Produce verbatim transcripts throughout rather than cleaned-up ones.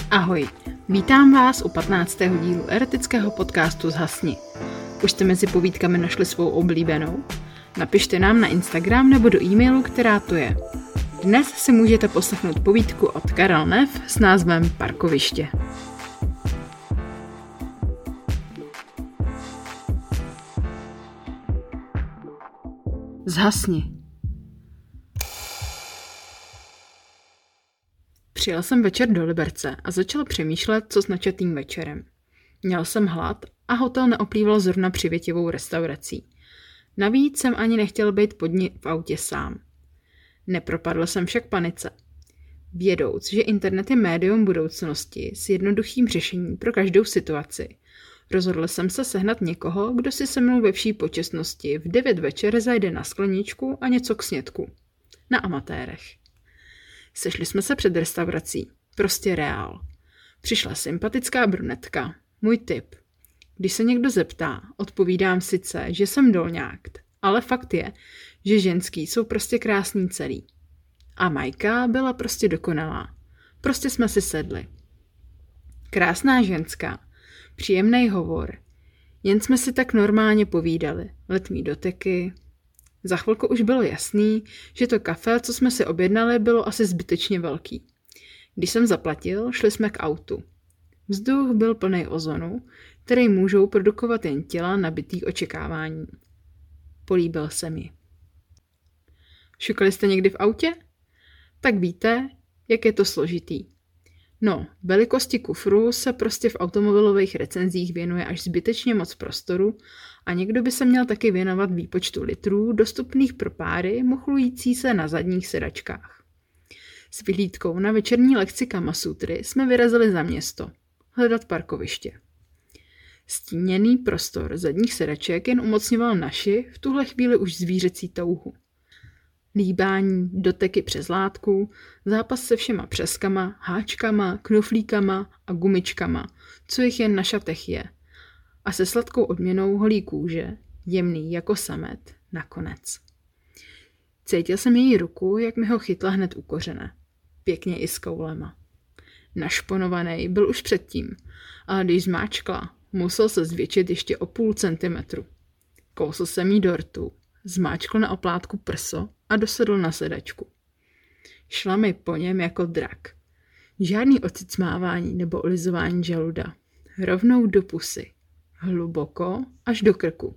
Ahoj, vítám vás u patnáctého dílu erotického podcastu Zhasni. Už jste mezi povídkami našli svou oblíbenou? Napište nám na Instagram nebo do e-mailu, která to je. Dnes si můžete poslechnout povídku od Karel Neff s názvem Parkoviště. Zhasni. Přijel jsem večer do Liberce a začal přemýšlet, co s načatým večerem. Měl jsem hlad a hotel neoplýval zrovna přivětivou restaurací. Navíc jsem ani nechtěl být pod ní v autě sám. Nepropadl jsem však panice. Vědouc, že internet je médium budoucnosti s jednoduchým řešením pro každou situaci, rozhodl jsem se sehnat někoho, kdo si se mnou ve vší počestnosti v devět večer zajde na skleničku a něco k snědku. Na amatérech. Sešli jsme se před restaurací. Prostě reál. Přišla sympatická brunetka. Můj tip. Když se někdo zeptá, odpovídám sice, že jsem dolňák, ale fakt je, že ženský jsou prostě krásný celý. A Majka byla prostě dokonalá. Prostě jsme si sedli. Krásná ženská. Příjemný hovor. Jen jsme si tak normálně povídali. Letmí doteky. Za chvilku už bylo jasný, že to kafe, co jsme si objednali, bylo asi zbytečně velký. Když jsem zaplatil, šli jsme k autu. Vzduch byl plný ozonu, který můžou produkovat jen těla nabitý očekáváním. Políbil se mi. Šukali jste někdy v autě? Tak víte, jak je to složitý. No, velikosti kufru se prostě v automobilových recenzích věnuje až zbytečně moc prostoru a někdo by se měl taky věnovat výpočtu litrů dostupných pro páry muchlující se na zadních sedačkách. S vyhlídkou na večerní lekci Kamasutry jsme vyrazili za město. Hledat parkoviště. Stíněný prostor zadních sedaček jen umocňoval naši, v tuhle chvíli už zvířecí touhu. Líbání, doteky přes látku, zápas se všema přeskama, háčkama, knoflíkama a gumičkama, co jich jen na šatech je. A se sladkou odměnou holí kůže, jemný jako samet, nakonec. Cítil jsem její ruku, jak mi ho chytla hned u kořene. Pěkně i s koulema. Našponovaný byl už předtím, ale když zmáčkla, musel se zvětšit ještě o půl centimetru. Kousl jsem jí do rtu, zmáčkl na oplátku prso a dosedl na sedačku. Šla mi po něm jako drak. Žádný ocicmávání nebo olizování žaluda. Rovnou do pusy. Hluboko až do krku.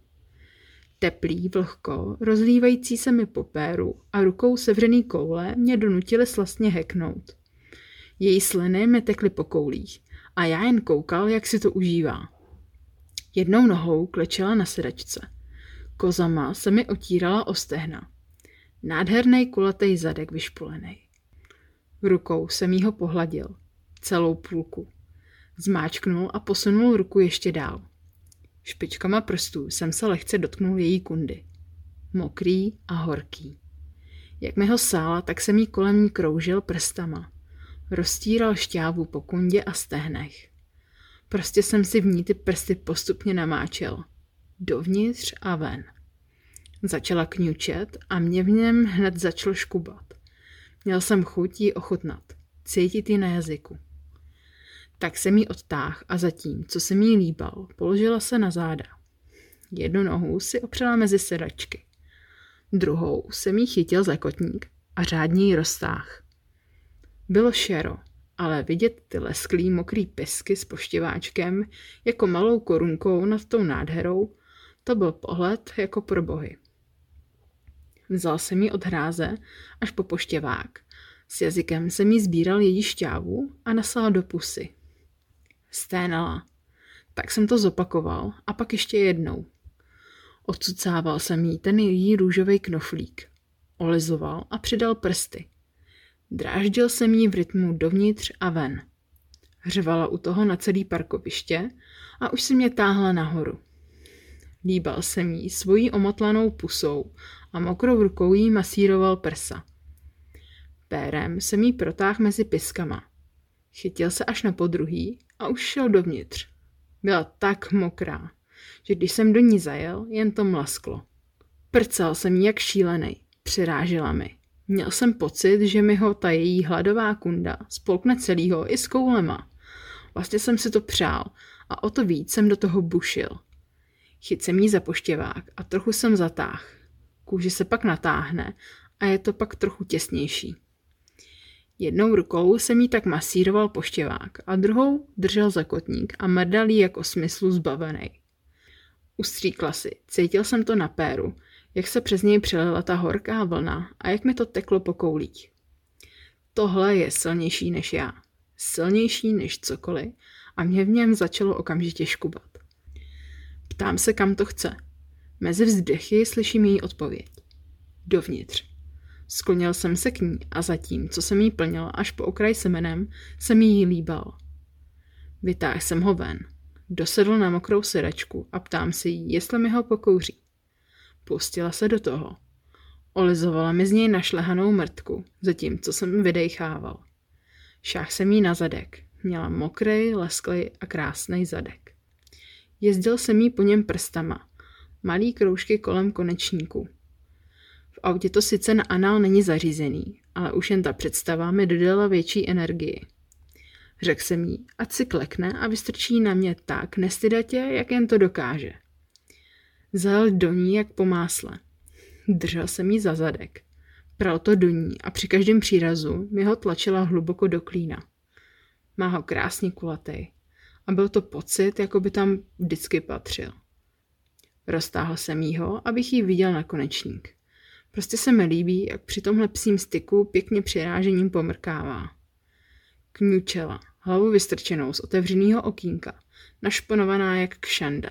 Teplý, vlhko, rozlívající se mi po péru a rukou sevřený koule mě donutily slastně heknout. Její sliny mi tekly po koulích a já jen koukal, jak si to užívá. Jednou nohou klečela na sedačce. Kozama se mi otírala o stehna. Nádherný kulatý zadek vyšpulený. Rukou jsem jí ho pohladil. Celou půlku. Zmáčknul a posunul ruku ještě dál. Špičkama prstů jsem se lehce dotknul její kundy. Mokrý a horký. Jak mi ho sála, tak jsem jí kolem ní kroužil prstama. Roztíral šťávu po kundě a stehnech. Prostě jsem si v ní ty prsty postupně namáčel. Dovnitř a ven. Začala kňučet a mě v něm hned začalo škubat. Měl jsem chuť jí ochutnat, cítit ji na jazyku. Tak jsem jí odtáhl a zatím, co jsem jí líbal, položila se na záda. Jednu nohu si opřela mezi sedačky. Druhou jsem jí chytil za kotník a řádně ji roztáhl. Bylo šero, ale vidět ty lesklý mokrý pisky s poštěváčkem jako malou korunkou nad tou nádherou, to byl pohled jako pro bohy. Vzal jsem ji od hráze až po poštěvák. S jazykem jsem jí sbíral její šťávu a nasal do pusy. Sténala. Tak jsem to zopakoval a pak ještě jednou. Odcucával jsem jí ten její růžový knoflík. Olizoval a přidal prsty. Dráždil jsem jí v rytmu dovnitř a ven. Hřvala u toho na celý parkoviště a už si mě táhla nahoru. Líbal jsem jí svojí omotlanou pusou a mokrou rukou jí masíroval prsa. Pérem jsem jí protáhl mezi piskama. Chytil se až na podruhý a už šel dovnitř. Byla tak mokrá, že když jsem do ní zajel, jen to mlasklo. Prcal jsem jí jak šílenej, přirážela mi. Měl jsem pocit, že mi ho ta její hladová kunda spolkne celýho i s koulema Vlastně jsem si to přál a o to víc jsem do toho bušil. Chyt jsem jí za poštěvák a trochu jsem zatáhl. Kůže se pak natáhne a je to pak trochu těsnější. Jednou rukou jsem jí tak masíroval poštěvák a druhou držel za kotník a mrdal jí jako smyslu zbavenej. Ustříkla si, cítil jsem to na péru, jak se přes něj přelila ta horká vlna a jak mi to teklo po koulích. Tohle je silnější než já. Silnější než cokoliv a mě v něm začalo okamžitě škubat. Ptám se, kam to chce. Mezi vzdechy slyším její odpověď. Dovnitř. Sklonil jsem se k ní a zatím, co jsem jí plnil až po okraj semenem, jsem jí líbal. Vytáhl jsem ho ven. Dosedl na mokrou sedačku a ptám se jí, jestli mi ho pokouří. Pustila se do toho. Olizovala mi z něj našlehanou mrtku, zatímco jsem vydejchával. Šáhl jsem jí na zadek. Měla mokrý, lesklý a krásný zadek. Jezdil jsem jí po něm prstama. Malý kroužky kolem konečníků. V autě to sice na anál není zařízený, ale už jen ta představa mi dodala větší energii. Řekl jsem jí, ať si klekne a vystrčí na mě tak nestydatě, jak jen to dokáže. Zajel do ní jak po másle. Držel jsem jí za zadek. Pral to do ní a při každém přírazu mi ho tlačila hluboko do klína. Má ho krásně kulatý a byl to pocit, jako by tam vždycky patřil. Roztáhl jsem jí ho, abych jí viděl na konečník. Prostě se mi líbí, jak při tomhle psím styku pěkně přirážením pomrkává. Kňučela, hlavu vystrčenou z otevřenýho okýnka, našponovaná jak kšanda.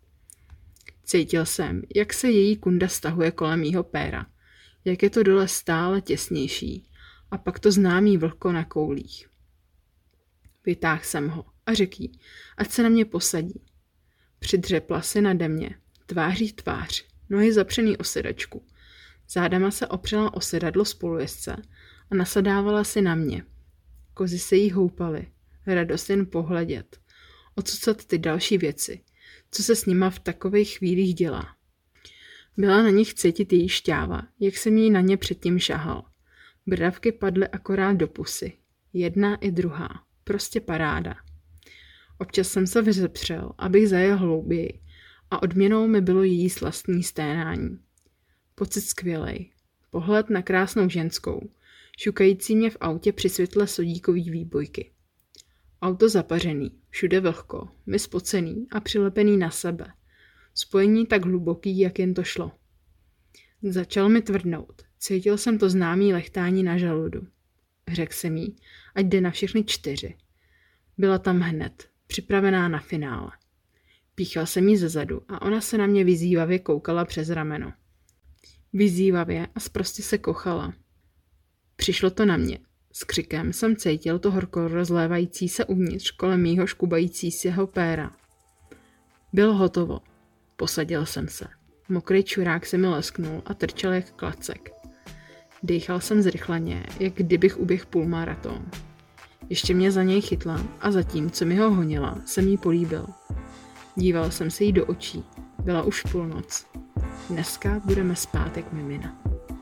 Cítil jsem, jak se její kunda stahuje kolem mýho péra, jak je to dole stále těsnější a pak to známý vlhko na koulích. Vytáhl jsem ho a řekl jí, ať se na mě posadí. Přidřepla si nade mě, tváří tvář, nohy zapřený o sedačku. Zádama se opřela o sedadlo spolujezdce a nasadávala si na mě. Kozy se jí houpaly, radost jen pohledět, ocucat ty další věci, co se s nima v takových chvílích dělá. Byla na nich cítit její šťáva, jak jsem jí na ně předtím šahal. Bradavky padly akorát do pusy. Jedna i druhá. Prostě paráda. Občas jsem se vzepřel, abych zajel hlouběji a odměnou mi bylo její slastní sténání. Pocit skvělej. Pohled na krásnou ženskou, šukající mě v autě při světle sodíkový výbojky. Auto zapařený, všude vlhko, my spocený a přilepený na sebe. Spojení tak hluboký, jak jen to šlo. Začal mi tvrdnout. Cítil jsem to známý lechtání na žaludu. Řekl jsem jí, ať jde na všechny čtyři. Byla tam hned, připravená na finále. Píchal jsem jí zezadu a ona se na mě vyzývavě koukala přes rameno. Vyzývavě a sprostě se kochala. Přišlo to na mě. S křikem jsem cítil to horko rozlévající se uvnitř kolem mýho škubající si jeho péra. Bylo hotovo. Posadil jsem se. Mokrý čurák se mi lesknul a trčel jak klacek. Dýchal jsem zrychleně, jak kdybych uběh půlmaraton. Ještě mě za něj chytla a zatím, co mi ho honila, jsem jí políbil. Díval jsem se jí do očí. Byla už půlnoc. Dneska budeme spát jak mimina.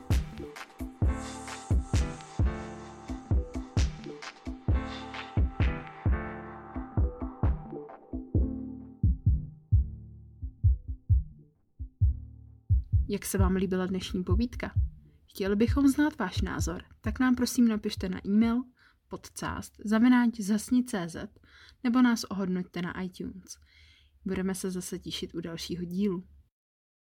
Jak se vám líbila dnešní povídka? Chtěli bychom znát váš názor, tak nám prosím napište na e-mail podcast zavináč zhasni tečka cé zet nebo nás ohodnoťte na iTunes. Budeme se zase těšit u dalšího dílu.